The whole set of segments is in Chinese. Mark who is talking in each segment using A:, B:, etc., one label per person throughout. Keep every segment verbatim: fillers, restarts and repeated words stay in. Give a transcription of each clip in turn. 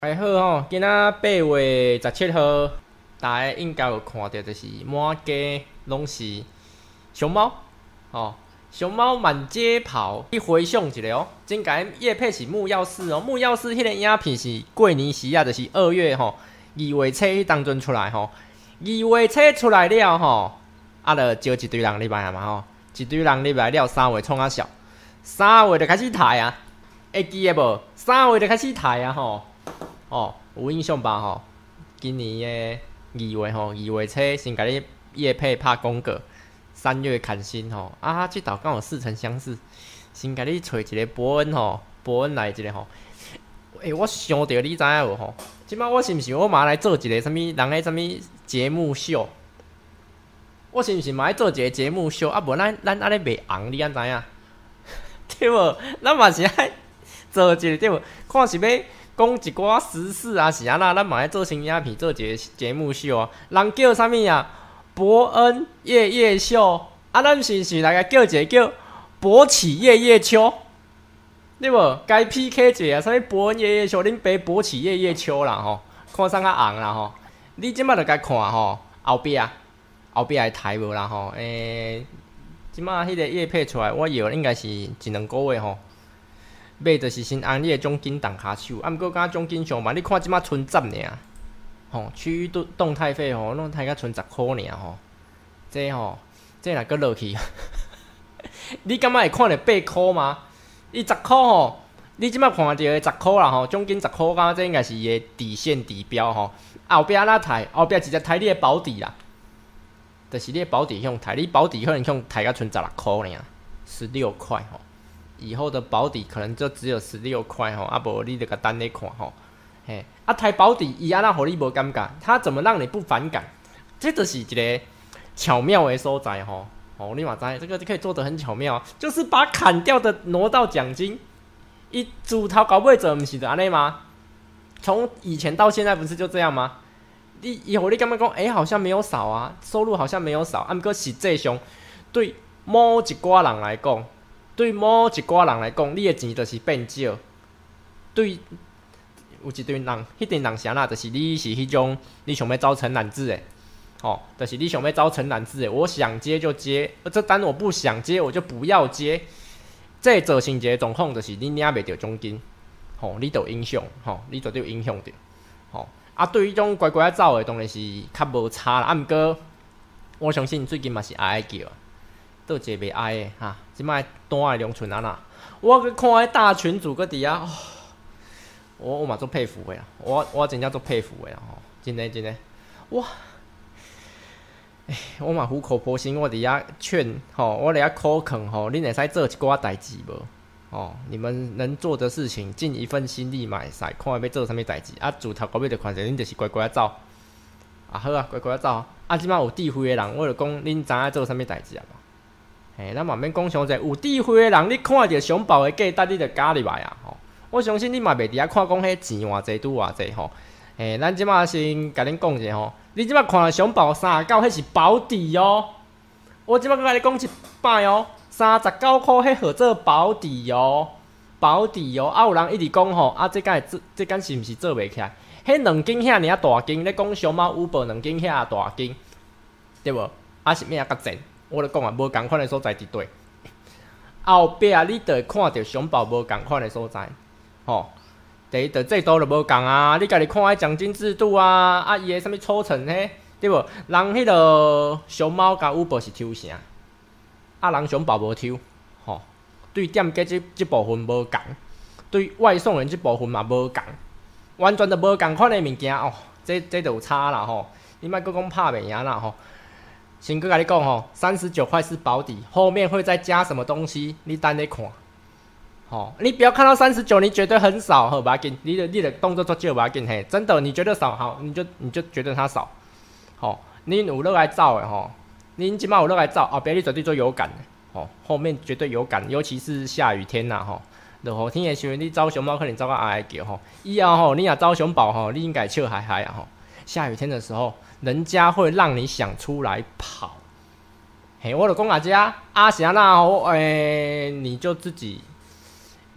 A: 还好吼，今仔八月十七号，大家应该有看到，就是满街拢是熊猫，哦，熊猫满街跑。你回想一下哦，真甲叶配是木曜四哦，木曜四迄个影片是过年时啊，就是二月吼，二月初迄当阵出来吼，二月初出来了吼，啊，就招一堆人入来嘛吼，一堆人入来了，三月创啊笑，三月就开始抬啊，会记得无？三月就开始抬啊吼。哦，有印象吧？吼，今年的二月吼，二月初先甲你业配拍广告，三月砍薪吼，啊，这道刚好似曾相识，先甲你找一个伯恩吼，伯恩来一个吼。诶、欸，我想到你知影无吼？即摆我是毋是我嘛来做一个什物人诶什物节目秀？我是毋是嘛来做一个节目秀？啊，无咱咱安尼卖红，你安知影？对无？咱嘛是爱做一个对无？看是要。讲一寡时事啊，是安那，咱嘛来做新影片，做一个节目秀啊。人叫啥物啊？伯恩夜夜秀啊，咱是是来个叫一个叫博起夜夜秋，对无？该 P K 一下，啥物伯恩夜夜秀，恁爸博起夜夜秋啦吼，看啥较红啦吼。你即摆就该看吼，后壁后壁的台无啦吼，诶、欸，即摆迄个叶配出来，我以为应该是一两个月吼。买就是先按你的奖金动骹手，啊，毋过敢奖金上慢，你看即摆剩十尔，吼，区域动动态费吼，拢睇甲剩十箍尔吼，这吼，这若搁落去，你感觉会看到八箍吗？伊十箍吼，你即摆看到的十箍啦吼，奖金十箍，敢这应该是伊的底线底标吼，后壁哪抬？后壁直接抬你的保底啦，就是你的保底向抬，你保底可能向抬甲剩十六箍尔，十六块吼。以后的保底可能就只有十六块吼，啊无你就甲等咧看吼，嘿，啊抬保底伊安那互你无尴尬，他怎么让你不反感？这就是一个巧妙的所在吼，哦，你嘛知，这个可以做得很巧妙，就是把砍掉的挪到奖金，一主头搞尾者不是就安尼吗？从以前到现在不是就这样吗？你以后你感觉讲，哎、欸，好像没有少啊，收入好像没有少，啊，不过实际上对某一寡人来讲。对某一寡人来讲，你的钱就是变少。对，有一堆人，迄群人啥啦，就是你是迄种你想要招承揽制的，哦，就是你想要招承揽制的，我想接就接，这单我不想接，我就不要接。这造成一个状况，就是你领袂到奖金，吼、哦，你就有影响，吼、哦，你绝对有影响到，吼、哦。啊，对于迄种乖乖走的，当然是较无差啦。啊，毋过我相信最近嘛是爱叫。倒一个袂爱的哈，即摆单的量存安那？我去看迄大群主搁伫遐，我我嘛做佩服的啦，我我真正做佩服的啦吼，真的真的，哇！哎，我嘛苦口婆心，我伫遐劝吼，我伫遐口恳吼，恁会使做一寡代志无？哦，你们能做的事情，尽一份心力嘛会使，看要做啥物代志，啊，自头到尾就看着恁就是乖乖走，啊好啊，乖乖走，啊，即摆有智慧的人，我就讲恁知影做啥物代志啊嘛。嘿，咱嘛免讲伤济，有智慧的人，你看着熊宝的价值，你就加入来啊！吼，我相信你嘛袂伫遐看讲迄钱偌济拄偌济吼。嘿，咱即马先甲恁讲者吼，你即马看到熊宝三十九，迄是保底哦。我即马甲你讲一摆哦，三十九箍迄号做保底哦，保底哦。啊，有人一直讲吼，啊，这敢这这敢是毋是做袂起来？迄两斤遐尔大斤，咧讲熊猫五宝两斤遐大斤，对无？啊是咩啊较贱？我咧讲啊，无共款的所在伫对。后壁啊，你就会看到熊宝无共款的所在，吼。第一，就制度就无共啊，你家己看迄奖金制度啊，啊伊个啥物抽成嘿，对无？人迄个熊猫甲五宝是抽啥？啊，人熊宝无抽，吼。对店家即即部分无共，对外送员即部分嘛无共，完全就无共款的物件哦。这这就有差啦吼，你莫搁讲拍袂赢啦吼。先哥跟你讲吼，三十九块是保底，后面会再加什么东西，你等你看。吼，你不要看到三十九，你觉得很少，好吧？给你的你的动作做就把紧嘿，真的你觉得少，好，你就你就觉得它少。吼，你有落来走的吼，你起码有落来走，后边你绝对做有感的，吼，后面绝对有感，尤其是下雨天呐，吼，落雨天的时候，你招熊猫可能招到哀叫吼，以后吼你若招熊宝吼，你应该笑嗨嗨啊吼，下雨天的时候。人家会让你想出来跑，嘿，我就讲阿姐啊，是安那吼，诶，你就自己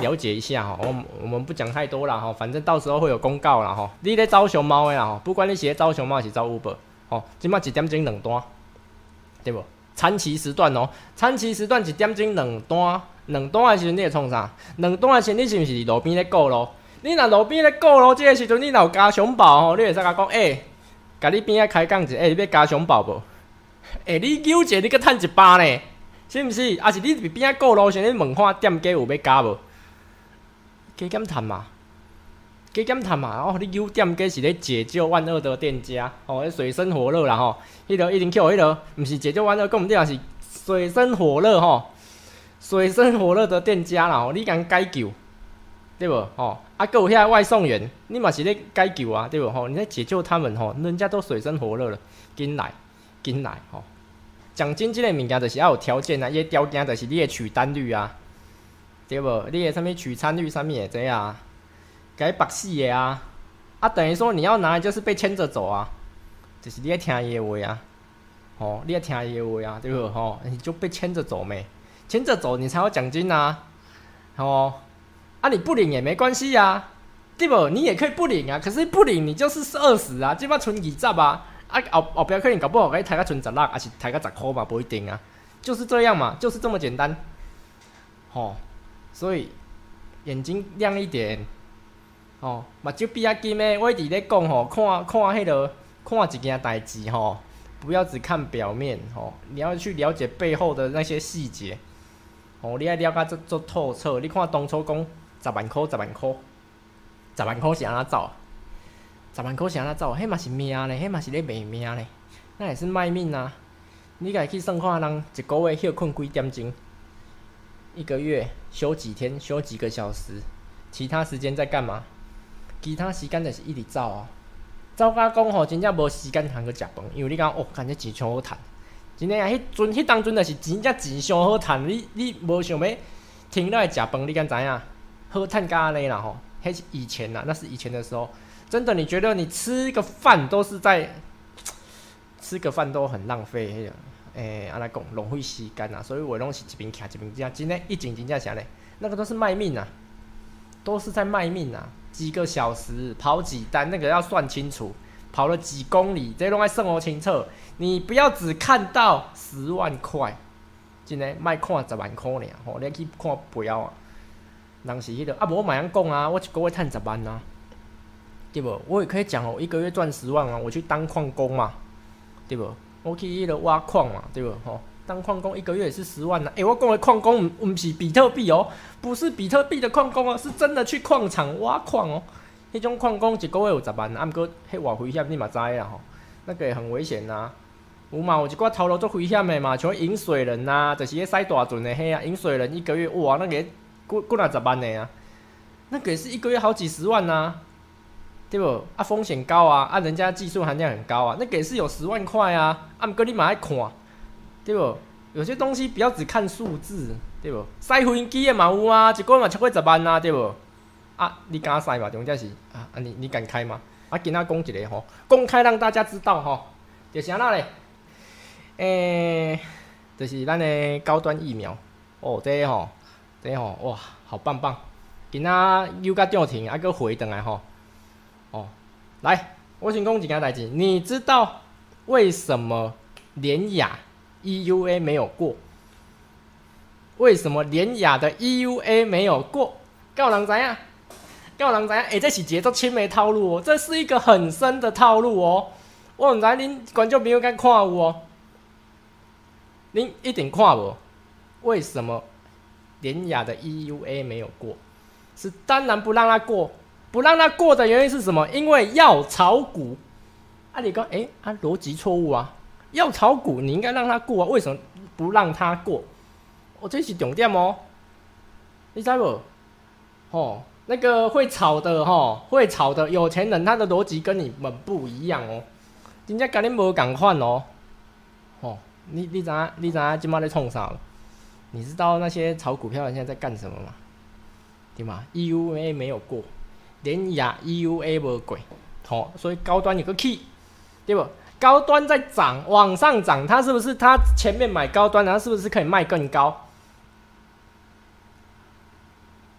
A: 了解一下哈。我我们不讲太多了哈，反正到时候会有公告了哈。你咧招熊猫的啦，不管你是招熊猫还是招 Uber， 哦，今麦一点钟两单，对不？餐期时段哦，餐期时段一点钟两单，两单的时阵你会创啥？两单的时阵你是不是路边咧过路？你若路边咧过路，这个时阵你若有加熊宝吼，你会使甲讲，诶、欸，甲你边仔开讲者，诶、欸，你要加熊宝无？诶、欸，你纠一个你搁趁一百呢？是毋是？还是你边仔过路时，你问看店家有要加无？加减趁嘛，加减趁嘛。哦，你有店家是咧解救万恶的店家，哦，水深火热啦吼。迄个一零 Q 迄个，毋是解救万恶，讲毋对啊，是水深火热吼，水深火热的店家啦吼，你共解救，对无？吼，啊，搁有遐外送员，你嘛是咧解救啊，对无？吼，你在解救他们吼，人家都水深火热了，紧来，紧来吼。奖金这个物件就是要有条件啊，伊个条件就是你的取单率啊，对无？你的啥物取餐率啥物的这啊，该绑死的啊，啊等于说你要拿的就是被牵着走啊，就是你在听伊的话啊，吼，你在听伊的话啊，对不？吼，你就被牵着走没，牵着走你才有奖金啊，吼，啊你不领也没关系啊，对不？你也可以不领啊，可是不领你就是饿死啊，基本存二十啊。啊，后后边可能搞不好可以抬到存十六，还是抬到十块嘛，不一定啊，就是这样嘛，就是这么简单，吼，所以眼睛亮一点，吼，目睭闭啊紧的，我一直咧讲吼，看看迄个看一件代志吼，不要只看表面吼，你要去了解背后的那些细节，吼，你要了解这做透彻。你看当初讲十万块，十万块，十万块是安怎走？十万块是安怎走？迄嘛是命咧，迄嘛是咧卖命咧，那也是卖命啊！你家去算看，人一个月休困几点钟？一个月休几天？休几个小时？其他时间在干嘛？其他时间就是一直走啊，走甲讲吼，真正无时间通去食饭，因为你讲哦，感觉钱超好趁，真诶啊！迄阵迄当阵就是真正钱上好趁，你你无想要停落来食饭，你敢知影？好趁甲安尼啦吼，迄是以前啦，那是以前的时候。真的，你觉得你吃个饭都是在吃个饭都很浪费，迄个诶，安尼讲浪费时间啊，所以我拢是一边徛一边食，真诶一斤真正是安尼，那个都是卖命啊，都是在卖命啊，几个小时跑几单，那个要算清楚，跑了几公里，这拢要算好清楚。你不要只看到十万块，真诶卖看十万块尔，吼，你去看表啊，人是迄个啊，无我马上讲啊，我一个月赚十万啊。对不？我也可以讲哦，一个月赚十万啊，我去当矿工嘛，对不？我去迄个挖矿嘛，对不？吼，当矿工一个月也是十万啊。诶、欸，我讲的矿工不是比特币哦，不是比特币的矿工哦，是真的去矿场挖矿哦。迄种矿工一个月有十万，啊，毋过迄偌危险，你嘛知啦吼，那个也很危险呐、啊。有嘛，有一寡头路做危险的嘛，像引水人呐、啊，就是迄塞大船的迄啊，引水人一个月哇，那个几几若十万的啊，那个也是一个月好几十万呐、啊。对不？啊，风险高啊，啊，人家技术含量很高啊，那个也是有十万块啊，啊，毋过你嘛爱看，对不？有些东西不要只看数字，对不？塞飞机的嘛有啊，一个月嘛超过十万啊，对不？啊，你敢塞嘛？重点是啊，啊你你敢开吗？啊，今仔讲一个吼，公开让大家知道吼，就是安那咧，诶、欸，就是咱的高端疫苗，哦，这个吼，这个吼，哇，好棒棒，今仔又甲涨停，啊，搁回转来吼。哦，来，我先讲一件代志。你知道为什么联雅 E U A 没有过？为什么联雅的 E U A 没有过？有人知影？有人知影？哎，这是节奏青梅套路哦，这是一个很深的套路哦。我唔知恁观众朋友敢看有哦？恁一定看无？为什么联雅的 E U A 没有过？是当然不让它过。不让他过的原因是什么？因为要炒股。啊，你讲，哎、欸，啊，逻辑错误啊！要炒股，你应该让他过啊，为什么不让他过？哦，这是重点哦，你知不？哦，那个会炒的吼，会炒的有钱人，他的逻辑跟你们不一样哦，真正跟你无同款哦。哦，你你知影你知影今麦在冲啥了？你知道那些炒股票的现在在干什么吗？对吗 ？E U A 没有过。联雅 E U A 无过，吼，所以高端有个 key， 对不？高端在涨，往上涨，它是不是它前面买高端，然后是不是可以卖更高？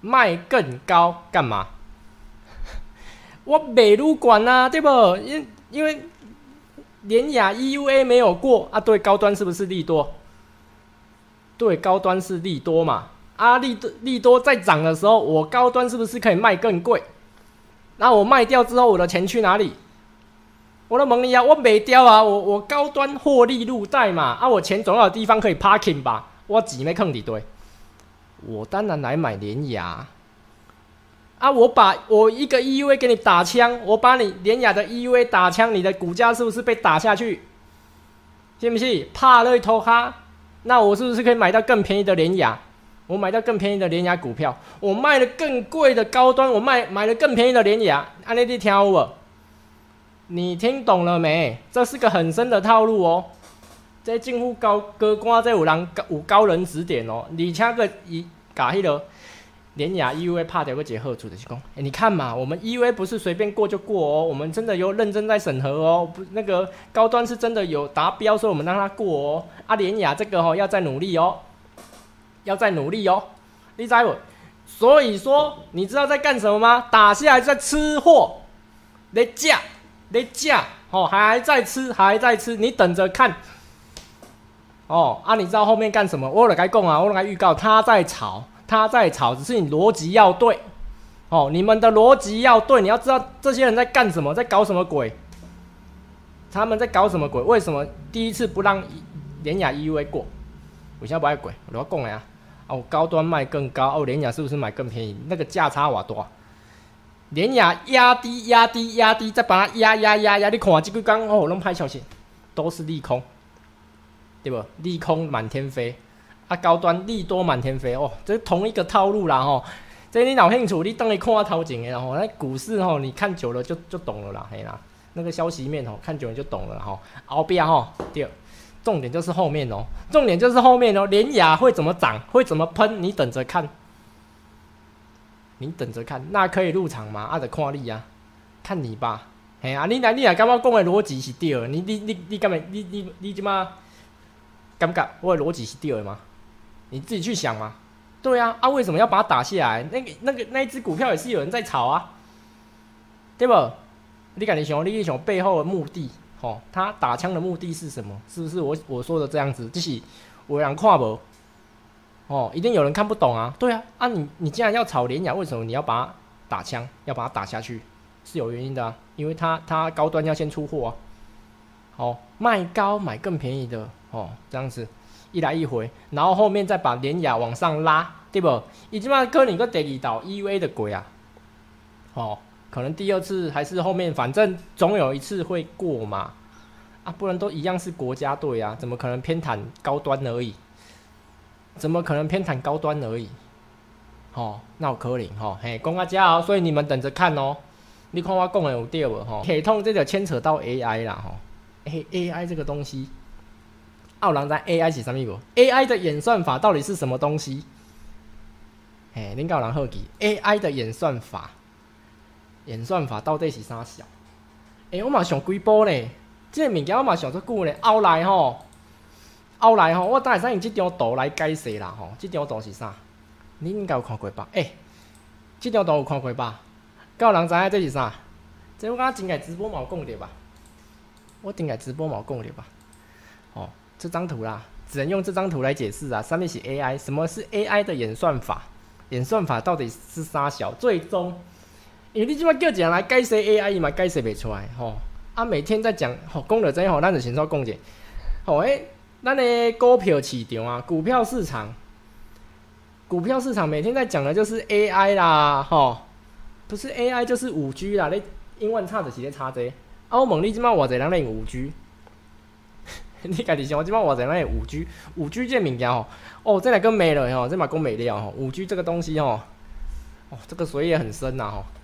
A: 卖更高干嘛？我卖愈悬啊，对不？因因为联亚 E U A 没有过啊，对高端是不是利多？对高端是利多嘛？啊利利多在涨的时候，我高端是不是可以卖更贵？那我卖掉之后，我的钱去哪里？我的蒙利啊，我卖掉啊，我我高端获利入袋嘛，啊，我钱总要有地方可以 parking 吧？我钱没坑里堆，我当然来买联亚。啊，我把我一个 E U A 给你打枪，我把你联亚的 E U A 打枪，你的股价是不是被打下去？信不信？怕了一头哈？那我是不是可以买到更便宜的联亚？我买到更便宜的联亚股票，我卖了更贵的高端，我卖买了更便宜的联亚，安尼你听有无？你听懂了没？这是个很深的套路哦。这政府高高官，这有人有高人指点哦。而且个伊把迄个联亚 E U A 拍掉个一个好处，就是讲，哎，你看嘛，我们 E U A 不是随便过就过哦，我们真的有认真在审核哦。不，那个高端是真的有达标，所以我们让它过哦。啊，联亚这个哦要再努力哦。要再努力哦，你知不？所以说，你知道在干什么吗？打下来在吃货，在价，在价，哦，还在吃，还在吃，你等着看。哦，啊，你知道后面干什么？我来该讲啊，我来预告，他在炒，他在炒，只是你逻辑要对。哦，你们的逻辑要对，你要知道这些人在干什么，在搞什么鬼？他们在搞什么鬼？为什么第一次不让联亚 E U A 过？为啥不爱过？我要讲的啊。啊，我高端卖更高，哦，联亚是不是买更便宜？那个价差多大？联亚压低、压低、压低，再把它压压压压，你看这几天哦，拢歹消息，都是利空，对不？利空满天飞，啊，高端利多满天飞哦，这是同一个套路啦吼。这你有兴趣，你等你看我头前的吼，那股市吼，你看久了就就懂了啦，嘿啦，那个消息面吼，看久了就懂了吼。后边吼，对。重点就是后面哦，重点就是后面哦，联亚会怎么涨，会怎么喷，你等着看，你等着看，那可以入场吗？啊，得看你啊，看你吧，嘿啊，你来你来，感觉讲的逻辑是对的，你你你你干嘛？你你你怎么感觉我的逻辑是对的吗？你自己去想嘛。对啊，啊，为什么要把它打下来？那个那个那一只股票也是有人在炒啊，对不？你赶紧想，你去想背后的目的。哦，他打枪的目的是什么？是不是我我说的这样子？就是有人看不？哦，一定有人看不懂啊！对啊，啊你你既然要炒联亚，为什么你要把它打枪，要把它打下去？是有原因的啊，因为他他高端要先出货啊。哦，卖高买更便宜的哦，这样子一来一回，然后后面再把联亚往上拉，对不？已经嘛可能个第二道 E U A 的鬼啊，哦。可能第二次还是后面，反正总有一次会过嘛，啊，不然都一样是国家队啊，怎么可能偏袒高端而已？怎么可能偏袒高端而已？哦，那有可能吼，嘿，讲到这哦，所以你们等着看哦。你看我讲的有对无吼？系统这个牵扯到 A I 啦吼，诶 ，A I 这个东西，有人知 A I 是啥物无 ？A I 的演算法到底是什么东西？嘿，恁有人好奇 A I 的演算法？演算法到底是啥小？诶、欸，我嘛想几波呢？这个物件我嘛想足久呢。后来吼，后来吼，我当然使用这张图来解释啦吼。这张图是啥？你应该有看过吧？诶、欸，这张图有看过吧？敢有人知影这是啥？这我刚刚前个直播嘛有讲着吧？我前个直播嘛有讲着吧？哦，这张图啦，只能用这张图来解释啊。上面是 A I， 什么是 A I 的演算法？演算法到底是啥小？最终。因为你即摆叫一人来解释 A I， 伊嘛解释袂出来吼。啊，每天在讲吼，讲到这吼，咱就先说讲者。吼，诶，咱的股票市场啊，股票市场，股票市场每天在讲的就是 A I 啦，吼，不是 A I 就是 五 G 啦。你英文差就是咧差这。啊，我问你即摆偌济人咧用 五 G？ 你家己想，我即摆偌济人咧用 五 G？ 五 G 这物件吼，哦，这来跟没了吼，这嘛讲没了吼。五 G 这个东西吼，哦，这个水也很深呐吼。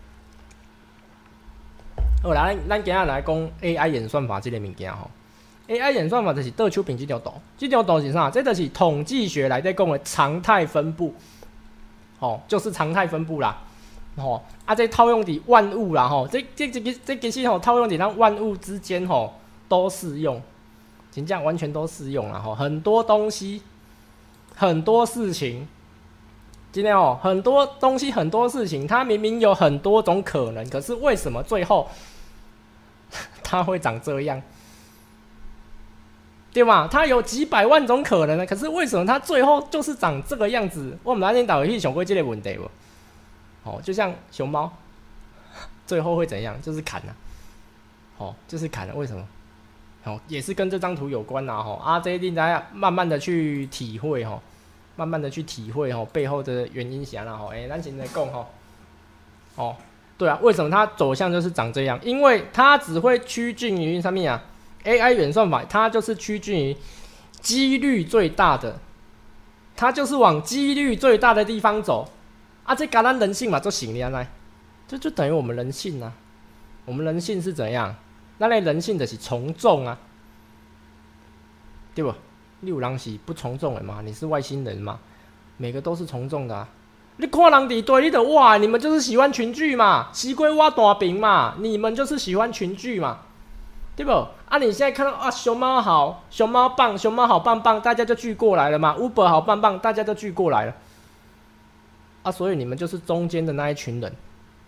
A: 好啦，咱咱今仔来讲 A I 演算法这个物件吼。A I 演算法就是倒手边这条图，这条图是啥？这就是统计学来在讲的常态分布，吼，就是常态分布啦，吼。啊，这套用伫万物啦，吼，这这这个这其实吼套用伫咱万物之间吼都适用，真正完全都适用啦，吼。很多东西，很多事情， 今天哦，很多东西很多事情，它明明有很多种可能，可是为什么最后它会长这样？对吗？它有几百万种可能呢，可是为什么它最后就是长这个样子？我们那天打游戏想过这个问题不？哦，就像熊猫，最后会怎样？就是砍啊，哦，就是砍了。为什么？哦，也是跟这张图有关呐、啊。吼、哦，啊，这一定大家慢慢的去体会吼、哦，慢慢的去体会吼、哦、背后的原因啥啦吼。哎，咱现在讲吼，哦，对啊，为什么它走向就是长这样？因为它只会趋近于上面啊。A I 演算法，它就是趋近于几率最大的，它就是往几率最大的地方走啊！这跟咱人性嘛，做行了来，这就等于我们人性啊。我们人性是怎样？咱的人性就是从众啊，对不？你有人是不从众的嘛？你是外星人嘛？每个都是从众的啊。你看人伫堆，你就哇，你们就是喜欢群聚嘛，西龟挖大饼嘛，你们就是喜欢群聚嘛。对不？啊，你现在看到啊，熊猫好，熊猫棒，熊猫好棒棒，大家就聚过来了嘛。Uber 好棒棒，大家就聚过来了。啊，所以你们就是中间的那一群人，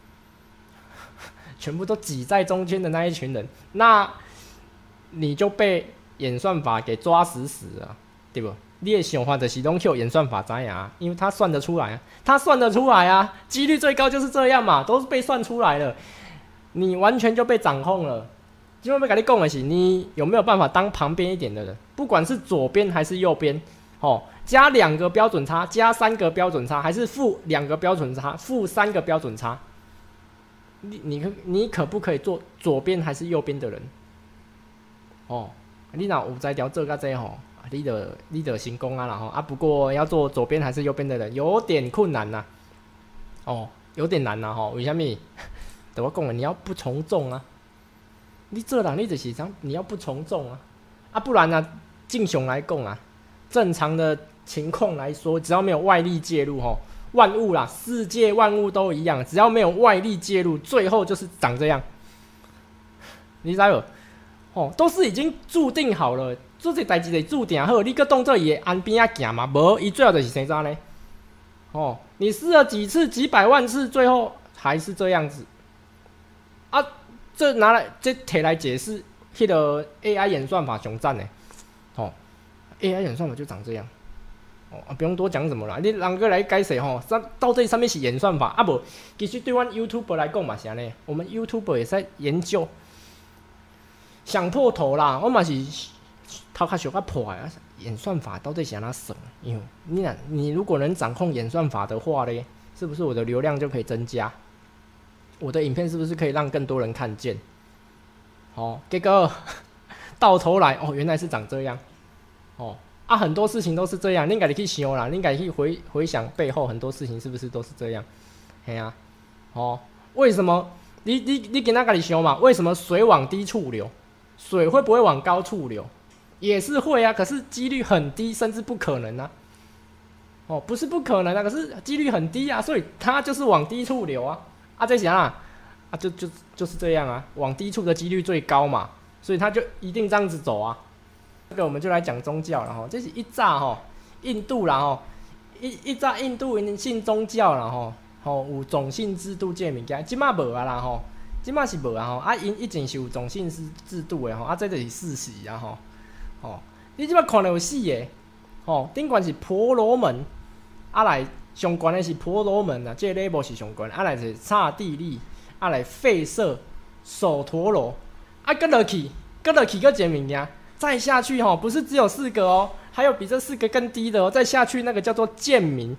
A: 全部都挤在中间的那一群人，那你就被演算法给抓死死了，对不？你的想法就是拢靠演算法知影，因为他算得出来，他算得出来啊，几率最高就是这样嘛，都是被算出来了，你完全就被掌控了。今天要跟你讲的是，你有没有办法当旁边一点的人，不管是左边还是右边，哦，加两个标准差，加三个标准差，还是负两个标准差，负三个标准差，你你你可不可以做左边还是右边的人？哦，你若有才调做到这吼，你就你就成功啊啦吼啊！不过要做左边还是右边的人，有点困难呐、啊，哦，有点难呐、啊、吼，为什么？对我讲了，你要不从众啊。你这人你就是讲你要不从众啊，啊不然呢、啊，正常来讲啊，正常的情况来说，只要没有外力介入吼，万物啦，世界万物都一样，只要没有外力介入，最后就是长这样。你知道哦，都是已经注定好了，做这代志就注定好，你个动作也安边仔行嘛，无伊最后就是生啥呢？哦，你试了几次、几百万次，最后还是这样子啊。这拿来这摕来解释，迄个 A I 演算法上赞的，哦 ，A I 演算法就长这样，哦，啊、不用多讲什么啦，你人个来解释吼，到底上面是演算法啊不？其实对阮 YouTuber 来讲嘛是安尼，我们 YouTuber 也在研究，想破头啦，我嘛是头壳想较破啊，演算法到底是安怎算？因为你若你如果能掌控演算法的话咧，是不是我的流量就可以增加？我的影片是不是可以让更多人看见？哦，结果到头来哦，原来是长这样。哦啊，很多事情都是这样，你自己去想啦，你自己去回回想背后很多事情是不是都是这样？嘿啊，哦，为什么？你你你跟他自己想嘛？为什么水往低处流，水会不会往高处流？也是会啊，可是几率很低，甚至不可能啊。哦，不是不可能啊，可是几率很低啊，所以它就是往低处流啊。啊，在想啊，啊就就就是这样啊，往低处的几率最高嘛，所以他就一定这样子走啊。这个我们就来讲宗教了哈，这是一炸哈，印度啦哈，一一炸印度人信宗教啦哈，吼有种姓制度这物件，即马无啊啦吼，即马是无啊吼，啊因以前是有种姓制制度的吼，啊这就是事实啊吼，吼你即马看到有四个，吼顶悬是婆罗门，啊来。上悬的是婆罗门啊，这个 level 是上悬，啊来是刹帝利，啊来吠舍、首陀罗，啊跟落去，跟落去个一个物件，再下去吼，不是只有四个哦，还有比这四个更低的哦，再下去那个叫做贱民，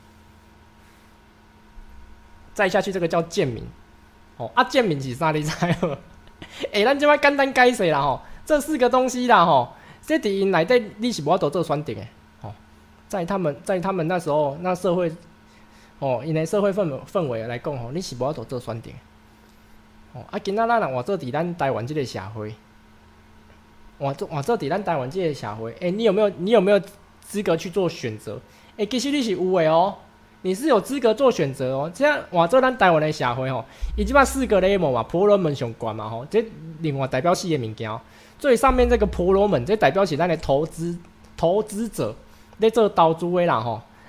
A: 再下去这个叫贱民，哦啊贱民是啥你知无？诶、欸，咱即摆简单解释啦吼，这四个东西啦吼，这伫因内底你是无法度做选择的。在他们在他们那时候那社会，哦，因为社会氛氛围来讲吼，你是无法度做选择。哦，啊，今仔咱若换做伫咱台湾这个社会，换做换做伫咱台湾这个社会，诶、欸，你有没有你有没有资格去做选择？诶、欸，其实你是有的哦，你是有资格做选择哦。这样换做咱台湾的社会吼，伊即摆四个 level 嘛，婆罗门上悬嘛吼，这另外代表四个物件。最上面这个婆罗门，这代表是咱的投资投资者。在做投资的啦吼，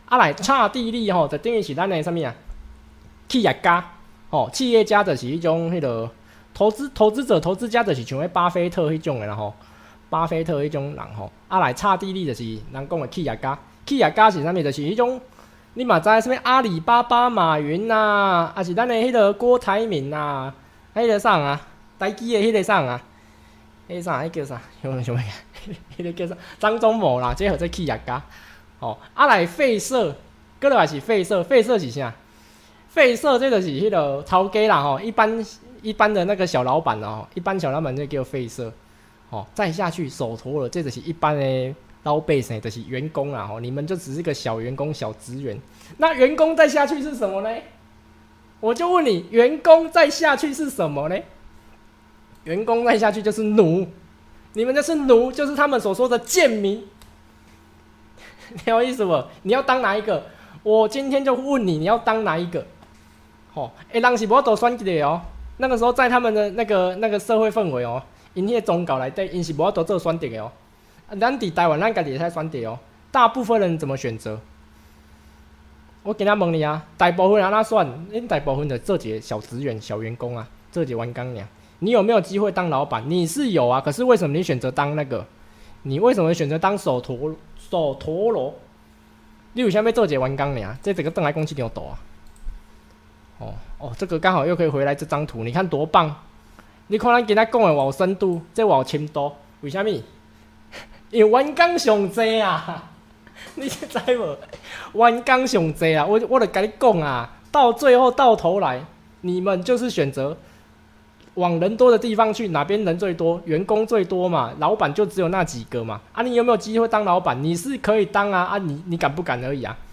A: 啊来差地利吼，就等于是咱的什么啊？企业家，吼，企业家就是迄种迄个投资投资者、投资家，就是像迄巴菲特迄种的啦吼。巴菲特迄种人吼，啊来差地利就是人讲的企业家。企业家是啥物？就是迄种你嘛知什么阿里巴巴、马云呐、啊，啊是咱的迄个郭台铭呐、啊，迄个啥啊？台积的迄个啥啊？迄个啥？迄叫啥？想想咩？迄个叫啥？张忠谋啦，这号做企业家。哦，啊来废社，搁落来是废社，废社是啥？废社这就是迄个头家啦吼，一般一般的那个小老板哦，一般小老板就叫废社。哦，再下去手陀螺，这就是一般的老百姓，就是员工啦吼，你们就只是个小员工、小职员。那员工再下去是什么呢？我就问你，员工再下去是什么呢？员工再下去就是奴，你们就是奴，就是他们所说的贱民。你有意思不？你要当哪一个？我今天就问你，你要当哪一个？哦，哎，人是无多选一个哦。那个时候在他们的那个那个社会氛围哦。因迄个宗教内底，因是无法度做选择的哦。咱伫台湾，咱家己会使选择哦。大部分人怎么选择？我今仔问你啊，大部分人安怎选？恁大部分的做一个小职员、小员工啊，做一个员工尔。你有没有机会当老板？你是有啊，可是为什么你选择当那个？你为什么选择当手陀手陀螺？你有啥要做一个员工尔？这整个邓来公司有多啊？哦哦，这个刚好又可以回来这张图，你看多棒！你看咱今仔讲的偌有深度，这偌有深度，为虾米？因为员工上济啊，你知无？员工上济啊，我我就跟你讲啊，到最后到头来，你们就是选择往人多的地方去，哪边人最多，员工最多嘛，老板就只有那几个嘛。啊，你有没有机会当老板？你是可以当啊，啊你你敢不敢而已啊？